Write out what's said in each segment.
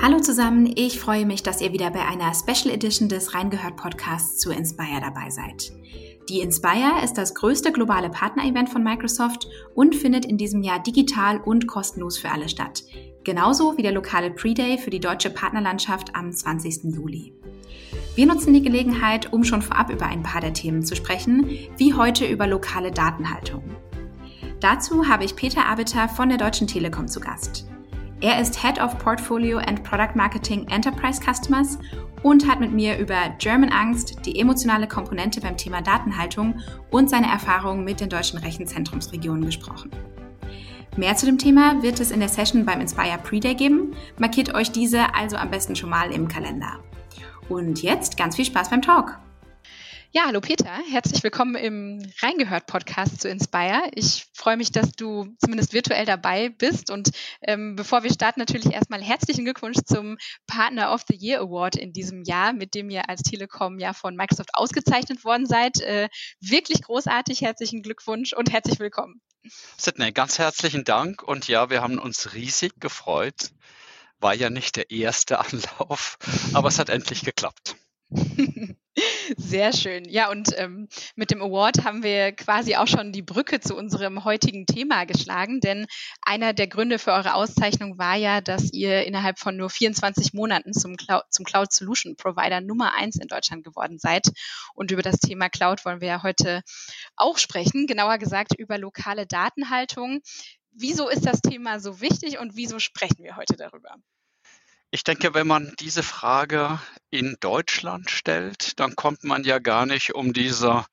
Hallo zusammen, ich freue mich, dass ihr wieder bei einer Special Edition des Reingehört Podcasts zu Inspire dabei seid. Die Inspire ist das größte globale Partner-Event von Microsoft und findet in diesem Jahr digital und kostenlos für alle statt. Genauso wie der lokale Pre-Day für die deutsche Partnerlandschaft am 20. Juli. Wir nutzen die Gelegenheit, um schon vorab über ein paar der Themen zu sprechen, wie heute über lokale Datenhaltung. Dazu habe ich Peter Abiter von der Deutschen Telekom zu Gast. Er ist Head of Portfolio and Product Marketing Enterprise Customers und hat mit mir über German Angst, die emotionale Komponente beim Thema Datenhaltung und seine Erfahrungen mit den deutschen Rechenzentrumsregionen gesprochen. Mehr zu dem Thema wird es in der Session beim Inspire Pre-Day geben. Markiert euch diese also am besten schon mal im Kalender. Und jetzt ganz viel Spaß beim Talk. Ja, hallo Peter, herzlich willkommen im Reingehört-Podcast zu Inspire. Ich freue mich, dass du zumindest virtuell dabei bist und bevor wir starten, natürlich erstmal herzlichen Glückwunsch zum Partner of the Year Award in diesem Jahr, mit dem ihr als Telekom ja von Microsoft ausgezeichnet worden seid. Wirklich großartig, herzlichen Glückwunsch und herzlich willkommen. Sydney, ganz herzlichen Dank und ja, wir haben uns riesig gefreut. War ja nicht der erste Anlauf, aber es hat endlich geklappt. Sehr schön. Ja, und mit dem Award haben wir quasi auch schon die Brücke zu unserem heutigen Thema geschlagen, denn einer der Gründe für eure Auszeichnung war ja, dass ihr innerhalb von nur 24 Monaten zum Cloud Solution Provider Nummer 1 in Deutschland geworden seid. Und über das Thema Cloud wollen wir ja heute auch sprechen, genauer gesagt über lokale Datenhaltung. Wieso ist das Thema so wichtig und wieso sprechen wir heute darüber? Ich denke, wenn man diese Frage in Deutschland stellt, dann kommt man ja gar nicht um diese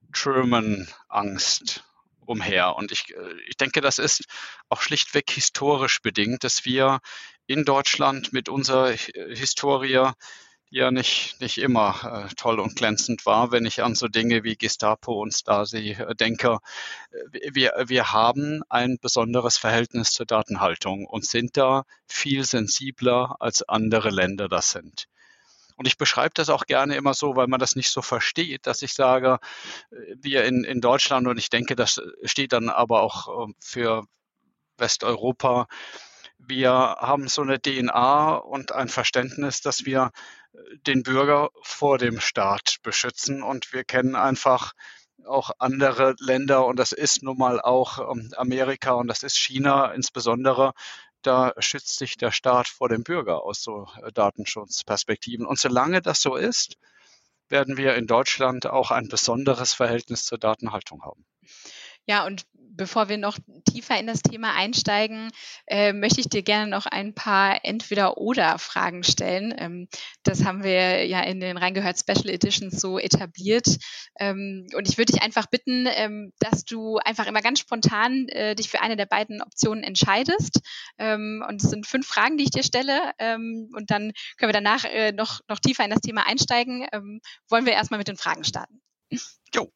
German-Angst umher. Und ich denke, das ist auch schlichtweg historisch bedingt, dass wir in Deutschland mit unserer Historie ja nicht immer toll und glänzend war, wenn ich an so Dinge wie Gestapo und Stasi denke. Wir haben ein besonderes Verhältnis zur Datenhaltung und sind da viel sensibler als andere Länder das sind. Und ich beschreibe das auch gerne immer so, weil man das nicht so versteht, dass ich sage, wir in Deutschland, und ich denke, das steht dann aber auch für Westeuropa, wir haben so eine DNA und ein Verständnis, dass wir den Bürger vor dem Staat beschützen. Und wir kennen einfach auch andere Länder, und das ist nun mal auch Amerika und das ist China insbesondere. Da schützt sich der Staat vor dem Bürger aus so Datenschutzperspektiven. Und solange das so ist, werden wir in Deutschland auch ein besonderes Verhältnis zur Datenhaltung haben. Ja, und bevor wir noch tiefer in das Thema einsteigen, möchte ich dir gerne noch ein paar Entweder-oder-Fragen stellen. Das haben wir ja in den Reingehört Special Editions so etabliert. Und ich würde dich einfach bitten, dass du einfach immer ganz spontan dich für eine der beiden Optionen entscheidest. Und es sind 5 Fragen, die ich dir stelle. Und dann können wir danach noch tiefer in das Thema einsteigen. Wollen wir erstmal mit den Fragen starten? Jo.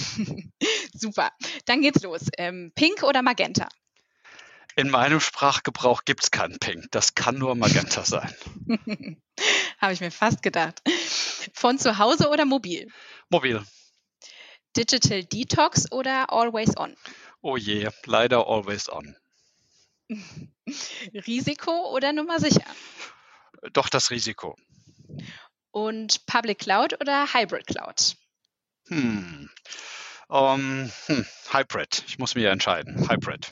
Super, dann geht's los. Pink oder Magenta? In meinem Sprachgebrauch gibt es keinen Pink. Das kann nur Magenta sein. Habe ich mir fast gedacht. Von zu Hause oder mobil? Mobil. Digital Detox oder Always On? Oh je, leider Always On. Risiko oder Nummer sicher? Doch das Risiko. Und Public Cloud oder Hybrid Cloud? Hybrid. Ich muss mich entscheiden. Hybrid.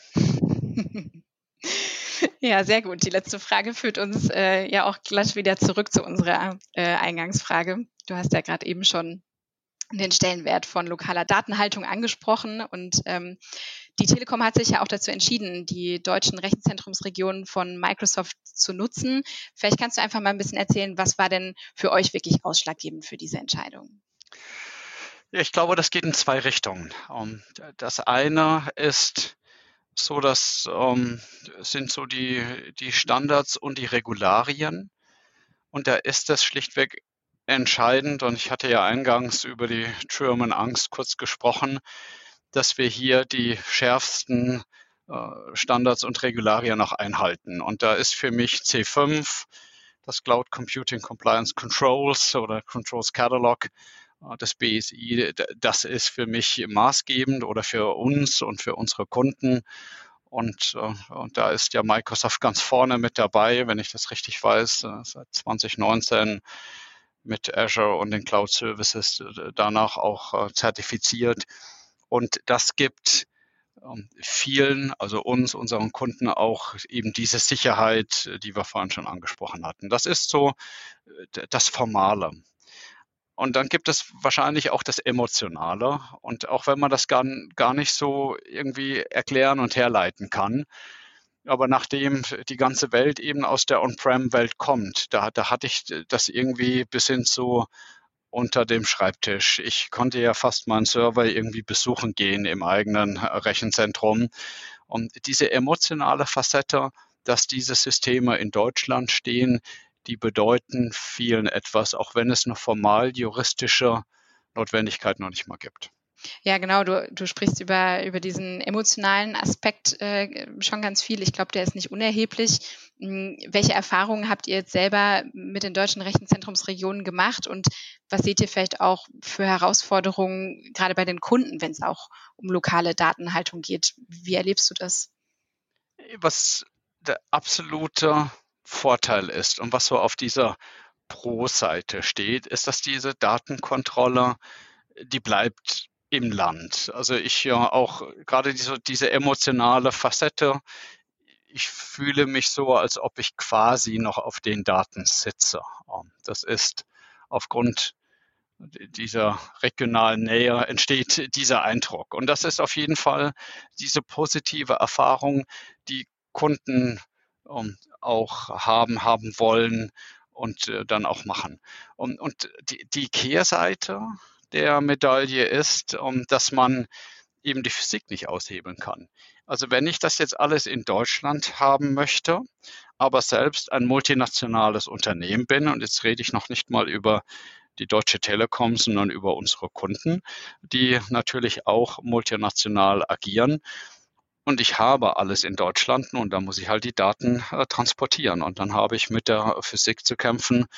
Ja, sehr gut. Die letzte Frage führt uns ja auch gleich wieder zurück zu unserer Eingangsfrage. Du hast ja gerade eben schon den Stellenwert von lokaler Datenhaltung angesprochen und die Telekom hat sich ja auch dazu entschieden, die deutschen Rechenzentrumsregionen von Microsoft zu nutzen. Vielleicht kannst du einfach mal ein bisschen erzählen, was war denn für euch wirklich ausschlaggebend für diese Entscheidung? Ja, ich glaube, das geht in 2 Richtungen. Das eine ist so, das sind so die Standards und die Regularien. Und da ist es schlichtweg entscheidend, und ich hatte ja eingangs über die German Angst kurz gesprochen, dass wir hier die schärfsten Standards und Regularien auch einhalten. Und da ist für mich C5, das Cloud Computing Compliance Controls oder Controls Catalog des BSI, das ist für mich maßgebend oder für uns und für unsere Kunden. Und da ist ja Microsoft ganz vorne mit dabei, wenn ich das richtig weiß, seit 2019 mit Azure und den Cloud Services danach auch zertifiziert. Und das gibt vielen, also uns, unseren Kunden auch eben diese Sicherheit, die wir vorhin schon angesprochen hatten. Das ist so das Formale. Und dann gibt es wahrscheinlich auch das Emotionale. Und auch wenn man das gar nicht so irgendwie erklären und herleiten kann, aber nachdem die ganze Welt eben aus der On-Prem-Welt kommt, da hatte ich das irgendwie bis hin zu unter dem Schreibtisch. Ich konnte ja fast meinen Server irgendwie besuchen gehen im eigenen Rechenzentrum. Und diese emotionale Facette, dass diese Systeme in Deutschland stehen, die bedeuten vielen etwas, auch wenn es eine formal juristische Notwendigkeit noch nicht mal gibt. Ja, genau. Du sprichst über diesen emotionalen Aspekt schon ganz viel. Ich glaube, der ist nicht unerheblich. Welche Erfahrungen habt ihr jetzt selber mit den deutschen Rechenzentrumsregionen gemacht und was seht ihr vielleicht auch für Herausforderungen gerade bei den Kunden, wenn es auch um lokale Datenhaltung geht? Wie erlebst du das? Was der absolute Vorteil ist und was so auf dieser Pro-Seite steht, ist, dass diese Datenkontrolle, die bleibt im Land. Also ich ja auch gerade diese emotionale Facette, ich fühle mich so, als ob ich quasi noch auf den Daten sitze. Das ist aufgrund dieser regionalen Nähe entsteht dieser Eindruck. Und das ist auf jeden Fall diese positive Erfahrung, die Kunden auch haben wollen und dann auch machen. Und die Kehrseite der Medaille ist, dass man eben die Physik nicht aushebeln kann. Also wenn ich das jetzt alles in Deutschland haben möchte, aber selbst ein multinationales Unternehmen bin, und jetzt rede ich noch nicht mal über die Deutsche Telekom, sondern über unsere Kunden, die natürlich auch multinational agieren. Und ich habe alles in Deutschland und da muss ich halt die Daten transportieren. Und dann habe ich mit der Physik zu kämpfen,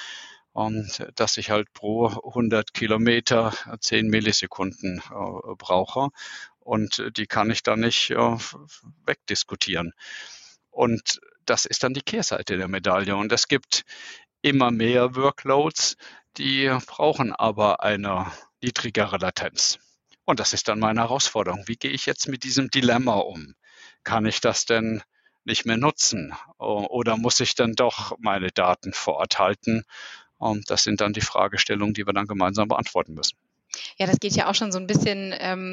dass ich halt pro 100 Kilometer 10 Millisekunden brauche. Und die kann ich dann nicht wegdiskutieren. Und das ist dann die Kehrseite der Medaille. Und es gibt immer mehr Workloads, die brauchen aber eine niedrigere Latenz. Und das ist dann meine Herausforderung. Wie gehe ich jetzt mit diesem Dilemma um? Kann ich das denn nicht mehr nutzen? Oder muss ich dann doch meine Daten vor Ort halten? Das sind dann die Fragestellungen, die wir dann gemeinsam beantworten müssen. Ja, das geht ja auch schon so ein bisschen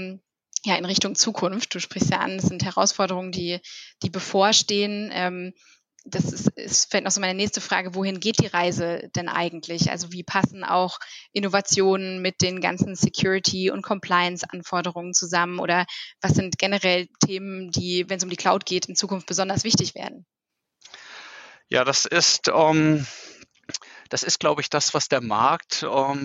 in Richtung Zukunft. Du sprichst ja an, es sind Herausforderungen, die bevorstehen. Das ist vielleicht noch so meine nächste Frage, wohin geht die Reise denn eigentlich? Also wie passen auch Innovationen mit den ganzen Security- und Compliance-Anforderungen zusammen? Oder was sind generell Themen, die, wenn es um die Cloud geht, in Zukunft besonders wichtig werden? Ja, das ist, glaube ich, das, was der Markt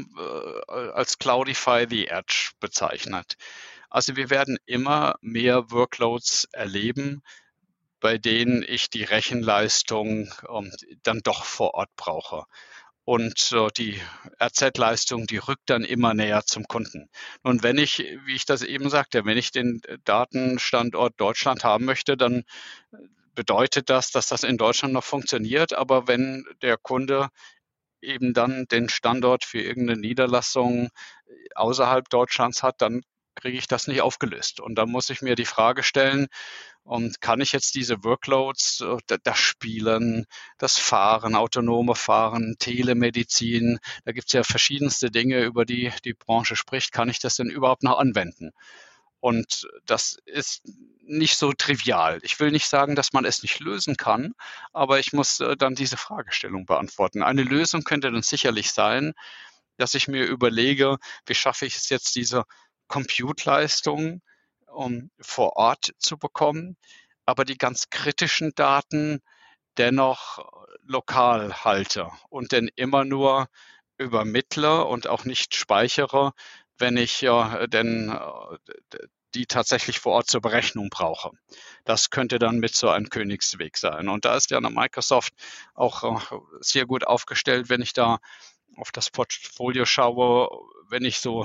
als Cloudify the Edge bezeichnet. Also wir werden immer mehr Workloads erleben, bei denen ich die Rechenleistung dann doch vor Ort brauche. Und die RZ-Leistung, die rückt dann immer näher zum Kunden. Und wenn ich, wie ich das eben sagte, wenn ich den Datenstandort Deutschland haben möchte, dann bedeutet das, dass das in Deutschland noch funktioniert. Aber wenn der Kunde eben dann den Standort für irgendeine Niederlassung außerhalb Deutschlands hat, dann kriege ich das nicht aufgelöst. Und dann muss ich mir die Frage stellen, und kann ich jetzt diese Workloads, das Spielen, das Fahren, autonome Fahren, Telemedizin, da gibt es ja verschiedenste Dinge, über die die Branche spricht, kann ich das denn überhaupt noch anwenden? Und das ist nicht so trivial. Ich will nicht sagen, dass man es nicht lösen kann, aber ich muss dann diese Fragestellung beantworten. Eine Lösung könnte dann sicherlich sein, dass ich mir überlege, wie schaffe ich es jetzt, diese Compute-Leistung vor Ort zu bekommen, aber die ganz kritischen Daten dennoch lokal halte und dann immer nur übermittle und auch nicht speichere, wenn ich denn die tatsächlich vor Ort zur Berechnung brauche. Das könnte dann mit so einem Königsweg sein. Und da ist ja eine Microsoft auch sehr gut aufgestellt, wenn ich da auf das Portfolio schaue, wenn ich so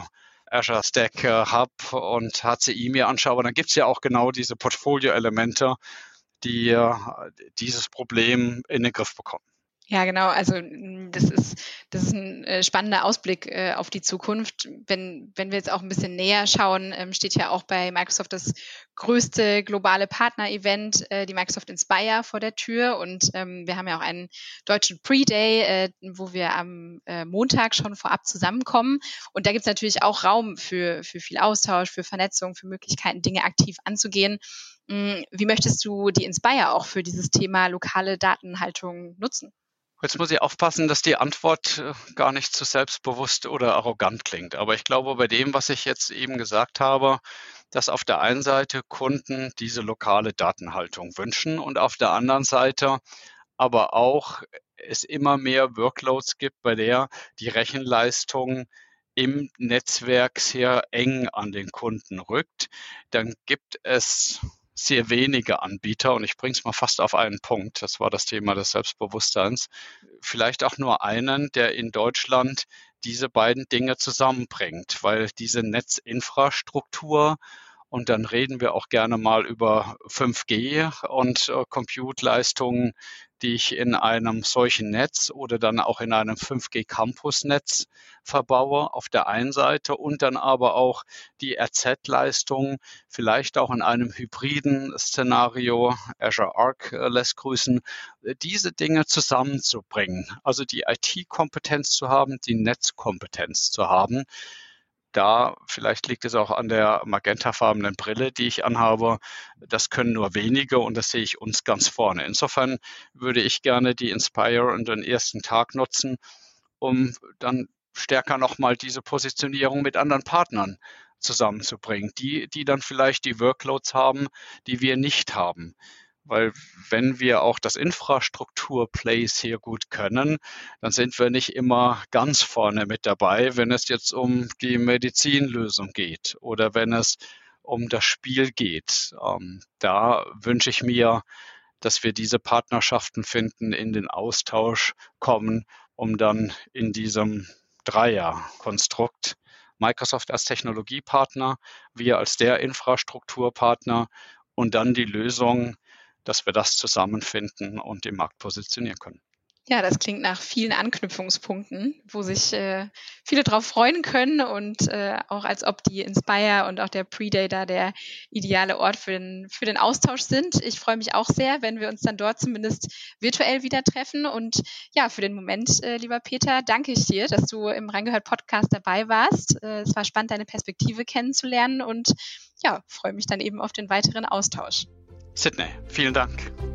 Azure Stack Hub und HCI mir anschaue, dann gibt es ja auch genau diese Portfolio-Elemente, die dieses Problem in den Griff bekommen. Ja, genau. Also das ist ein spannender Ausblick auf die Zukunft. Wenn wir jetzt auch ein bisschen näher schauen, steht ja auch bei Microsoft das größte globale Partner-Event, die Microsoft Inspire, vor der Tür. Und wir haben ja auch einen deutschen Pre-Day, wo wir am Montag schon vorab zusammenkommen. Und da gibt es natürlich auch Raum für viel Austausch, für Vernetzung, für Möglichkeiten, Dinge aktiv anzugehen. Wie möchtest du die Inspire auch für dieses Thema lokale Datenhaltung nutzen? Jetzt muss ich aufpassen, dass die Antwort gar nicht zu selbstbewusst oder arrogant klingt. Aber ich glaube, bei dem, was ich jetzt eben gesagt habe, dass auf der einen Seite Kunden diese lokale Datenhaltung wünschen und auf der anderen Seite aber auch es immer mehr Workloads gibt, bei der die Rechenleistung im Netzwerk sehr eng an den Kunden rückt, dann gibt es sehr wenige Anbieter und ich bringe es mal fast auf einen Punkt, das war das Thema des Selbstbewusstseins, vielleicht auch nur einen, der in Deutschland diese beiden Dinge zusammenbringt, weil diese Netzinfrastruktur, und dann reden wir auch gerne mal über 5G und Compute-Leistungen, die ich in einem solchen Netz oder dann auch in einem 5G-Campus-Netz verbaue auf der einen Seite und dann aber auch die RZ-Leistung vielleicht auch in einem hybriden Szenario, Azure Arc lässt grüßen, diese Dinge zusammenzubringen. Also die IT-Kompetenz zu haben, die Netzkompetenz zu haben. Da, vielleicht liegt es auch an der magentafarbenen Brille, die ich anhabe. Das können nur wenige und das sehe ich uns ganz vorne. Insofern würde ich gerne die Inspire und den ersten Tag nutzen, um dann stärker nochmal diese Positionierung mit anderen Partnern zusammenzubringen, die dann vielleicht die Workloads haben, die wir nicht haben. Weil wenn wir auch das Infrastruktur-Play sehr gut können, dann sind wir nicht immer ganz vorne mit dabei, wenn es jetzt um die Medizinlösung geht oder wenn es um das Spiel geht. Da wünsche ich mir, dass wir diese Partnerschaften finden, in den Austausch kommen, um dann in diesem Dreierkonstrukt Microsoft als Technologiepartner, wir als der Infrastrukturpartner und dann die Lösung, dass wir das zusammenfinden und im Markt positionieren können. Ja, das klingt nach vielen Anknüpfungspunkten, wo sich viele drauf freuen können und auch als ob die Inspire und auch der Pre-Day da der ideale Ort für den Austausch sind. Ich freue mich auch sehr, wenn wir uns dann dort zumindest virtuell wieder treffen. Und ja, für den Moment, lieber Peter, danke ich dir, dass du im Reingehört-Podcast dabei warst. Es war spannend, deine Perspektive kennenzulernen und ja, freue mich dann eben auf den weiteren Austausch. Sydney, vielen Dank.